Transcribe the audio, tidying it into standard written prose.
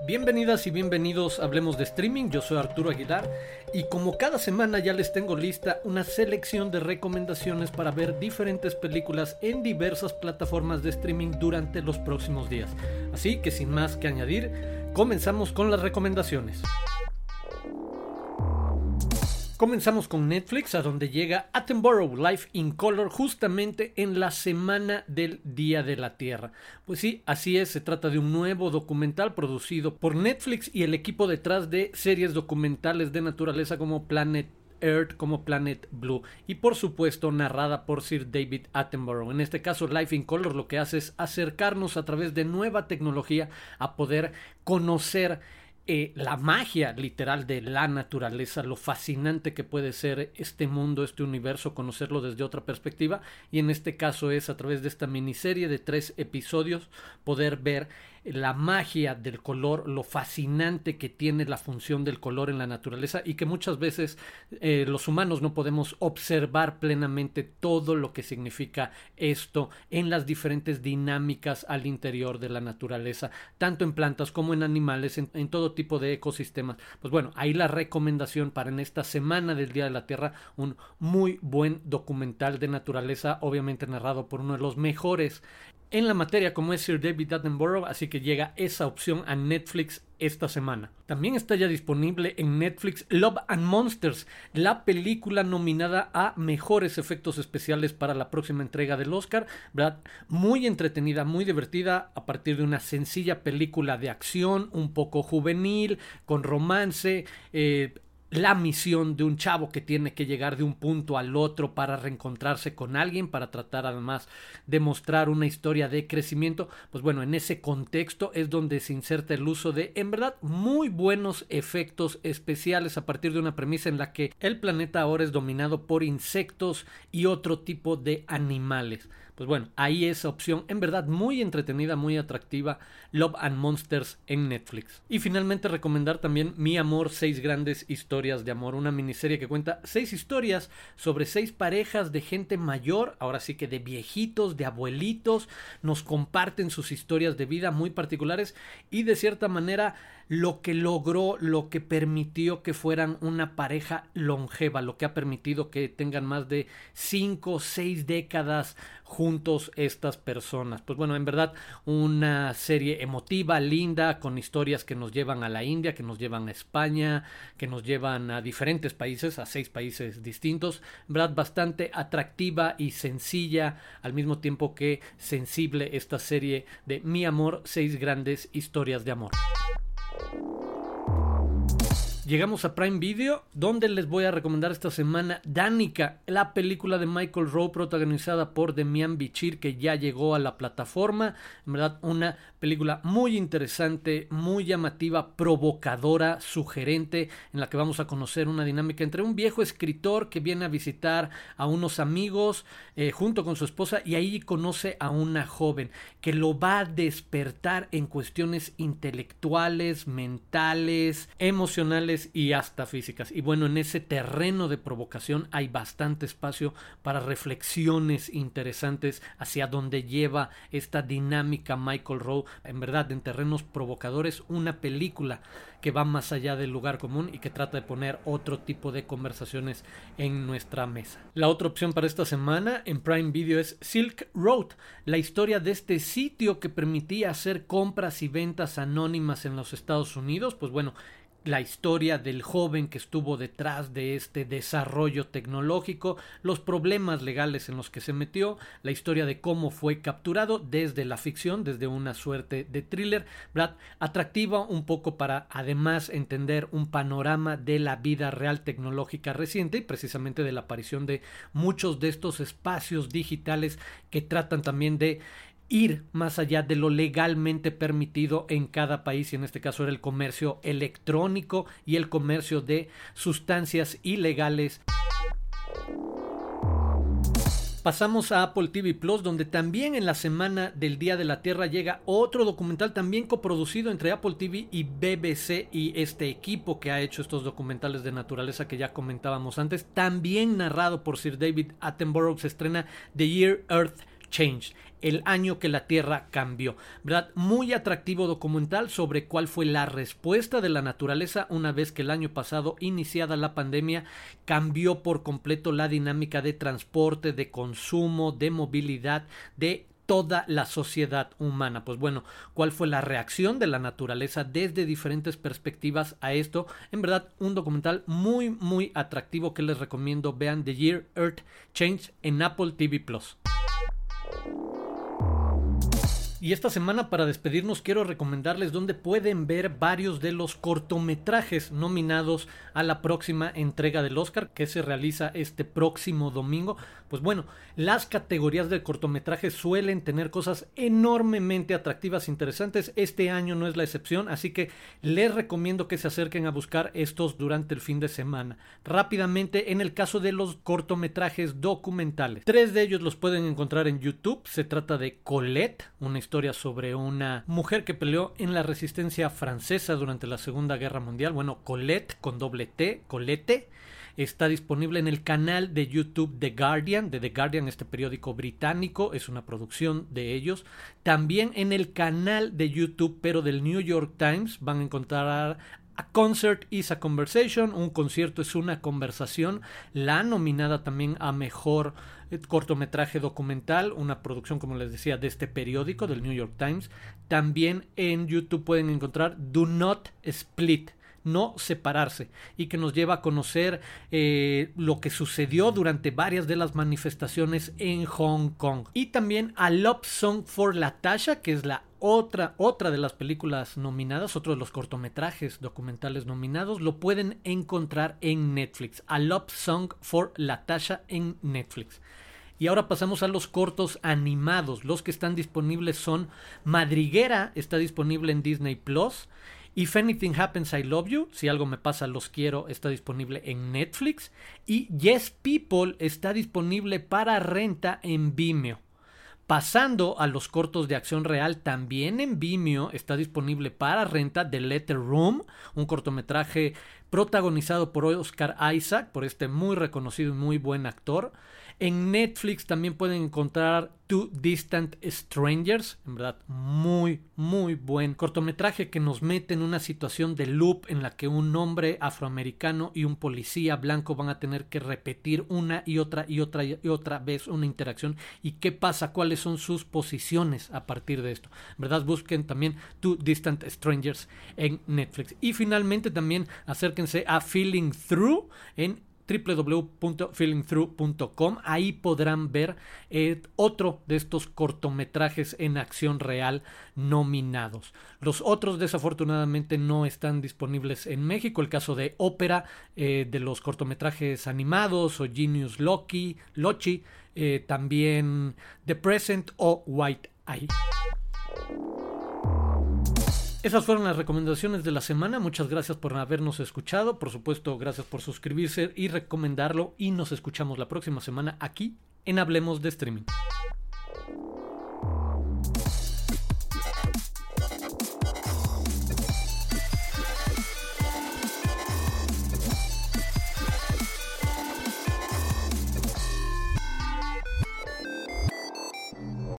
Bienvenidas y bienvenidos a Hablemos de Streaming, yo soy Arturo Aguilar y como cada semana ya les tengo lista una selección de recomendaciones para ver diferentes películas en diversas plataformas de streaming durante los próximos días. Así que sin más que añadir, comenzamos con las recomendaciones. Comenzamos con Netflix, a donde llega Attenborough Life in Color justamente en la semana del Día de la Tierra. Pues sí, así es, se trata de un nuevo documental producido por Netflix y el equipo detrás de series documentales de naturaleza como Planet Earth, como Planet Blue, y por supuesto narrada por Sir David Attenborough. En este caso Life in Color lo que hace es acercarnos a través de nueva tecnología a poder conocer la magia literal de la naturaleza, lo fascinante que puede ser este mundo, este universo, conocerlo desde otra perspectiva, y en este caso es a través de esta miniserie de 3 episodios poder ver la magia del color, lo fascinante que tiene la función del color en la naturaleza y que muchas veces los humanos no podemos observar plenamente todo lo que significa esto en las diferentes dinámicas al interior de la naturaleza, tanto en plantas como en animales, en todo tipo de ecosistemas. Pues bueno, ahí la recomendación para en esta semana del Día de la Tierra, un muy buen documental de naturaleza, obviamente narrado por uno de los mejores en la materia como es Sir David Attenborough, así que llega esa opción a Netflix esta semana. También está ya disponible en Netflix Love and Monsters, la película nominada a mejores efectos especiales para la próxima entrega del Oscar, ¿verdad? Muy entretenida, muy divertida, a partir de una sencilla película de acción, un poco juvenil, con romance, la misión de un chavo que tiene que llegar de un punto al otro para reencontrarse con alguien, para tratar además de mostrar una historia de crecimiento. Pues bueno, en ese contexto es donde se inserta el uso de, en verdad, muy buenos efectos especiales a partir de una premisa en la que el planeta ahora es dominado por insectos y otro tipo de animales. Pues bueno, ahí esa opción, en verdad muy entretenida, muy atractiva, Love and Monsters en Netflix. Y finalmente recomendar también Mi Amor, 6 grandes historias de amor, una miniserie que cuenta 6 historias sobre 6 parejas de gente mayor, ahora sí que de viejitos, de abuelitos, nos comparten sus historias de vida muy particulares y de cierta manera lo que logró, lo que permitió que fueran una pareja longeva, lo que ha permitido que tengan más de 5 o 6 décadas juntos estas personas. Pues bueno, en verdad una serie emotiva, linda, con historias que nos llevan a la India, que nos llevan a España, que nos llevan a diferentes países, a 6 países distintos. En verdad bastante atractiva y sencilla, al mismo tiempo que sensible, esta serie de Mi Amor, 6 grandes historias de amor. Llegamos a Prime Video, donde les voy a recomendar esta semana Danica, la película de Michael Rowe protagonizada por Demian Bichir, que ya llegó a la plataforma. En verdad, una película muy interesante, muy llamativa, provocadora, sugerente, en la que vamos a conocer una dinámica entre un viejo escritor que viene a visitar a unos amigos junto con su esposa, y ahí conoce a una joven que lo va a despertar en cuestiones intelectuales, mentales, emocionales y hasta físicas. Y bueno, en ese terreno de provocación hay bastante espacio para reflexiones interesantes hacia dónde lleva esta dinámica Michael Rowe. En verdad, en terrenos provocadores, una película que va más allá del lugar común y que trata de poner otro tipo de conversaciones en nuestra mesa. La otra opción para esta semana en Prime Video es Silk Road, la historia de este sitio que permitía hacer compras y ventas anónimas en los Estados Unidos. Pues bueno, la historia del joven que estuvo detrás de este desarrollo tecnológico, los problemas legales en los que se metió, la historia de cómo fue capturado desde la ficción, desde una suerte de thriller, ¿verdad? Atractiva un poco para además entender un panorama de la vida real tecnológica reciente y precisamente de la aparición de muchos de estos espacios digitales que tratan también de ir más allá de lo legalmente permitido en cada país, y en este caso era el comercio electrónico y el comercio de sustancias ilegales. Pasamos a Apple TV Plus, donde también en la semana del Día de la Tierra llega otro documental también coproducido entre Apple TV y BBC, y este equipo que ha hecho estos documentales de naturaleza que ya comentábamos antes, también narrado por Sir David Attenborough. Se estrena The Year Earth Changed, el año que la Tierra cambió, ¿verdad? Muy atractivo documental sobre cuál fue la respuesta de la naturaleza una vez que el año pasado, iniciada la pandemia, cambió por completo la dinámica de transporte, de consumo, de movilidad, de toda la sociedad humana. Pues bueno, ¿cuál fue la reacción de la naturaleza desde diferentes perspectivas a esto? En verdad, un documental muy atractivo que les recomiendo. Vean The Year Earth Changed en Apple TV Plus. Y esta semana, para despedirnos, quiero recomendarles donde pueden ver varios de los cortometrajes nominados a la próxima entrega del Oscar, que se realiza este próximo domingo. Pues bueno, las categorías de cortometrajes suelen tener cosas enormemente atractivas, interesantes. Este año no es la excepción, así que les recomiendo que se acerquen a buscar estos durante el fin de semana. Rápidamente, en el caso de los cortometrajes documentales, 3 de ellos los pueden encontrar en YouTube. Se trata de Colette, una historia sobre una mujer que peleó en la resistencia francesa durante la Segunda Guerra Mundial. Bueno, Colette con doble T, Colette. Está disponible en el canal de YouTube The Guardian, de The Guardian, este periódico británico, es una producción de ellos. También en el canal de YouTube, pero del New York Times, van a encontrar A Concert is a Conversation, un concierto es una conversación, la nominada también a mejor cortometraje documental, una producción, como les decía, de este periódico, del New York Times. También en YouTube pueden encontrar Do Not Split, no separarse, y que nos lleva a conocer lo que sucedió durante varias de las manifestaciones en Hong Kong. Y también A Love Song for Latasha, que es la otra de las películas nominadas, otro de los cortometrajes documentales nominados, lo pueden encontrar en Netflix. A Love Song for Latasha en Netflix. Y ahora pasamos a los cortos animados. Los que están disponibles son Madriguera, está disponible en Disney Plus. If Anything Happens, I Love You, Si Algo Me Pasa, Los Quiero, está disponible en Netflix. Y Yes People está disponible para renta en Vimeo. Pasando a los cortos de acción real, también en Vimeo está disponible para renta The Letter Room, un cortometraje protagonizado por Oscar Isaac, por este muy reconocido y muy buen actor. En Netflix también pueden encontrar Two Distant Strangers, en verdad muy buen cortometraje que nos mete en una situación de loop en la que un hombre afroamericano y un policía blanco van a tener que repetir una y otra vez una interacción, y qué pasa, cuáles son sus posiciones a partir de esto. En verdad, busquen también Two Distant Strangers en Netflix. Y finalmente también acérquense a Feeling Through en www.feelingthrough.com. Ahí podrán ver otro de estos cortometrajes en acción real nominados. Los otros desafortunadamente no están disponibles en México. El caso de Ópera, de los cortometrajes animados, o Genius Loci, también The Present o White Eye. Esas fueron las recomendaciones de la semana. Muchas gracias por habernos escuchado. Por supuesto, gracias por suscribirse y recomendarlo. Y nos escuchamos la próxima semana aquí en Hablemos de Streaming.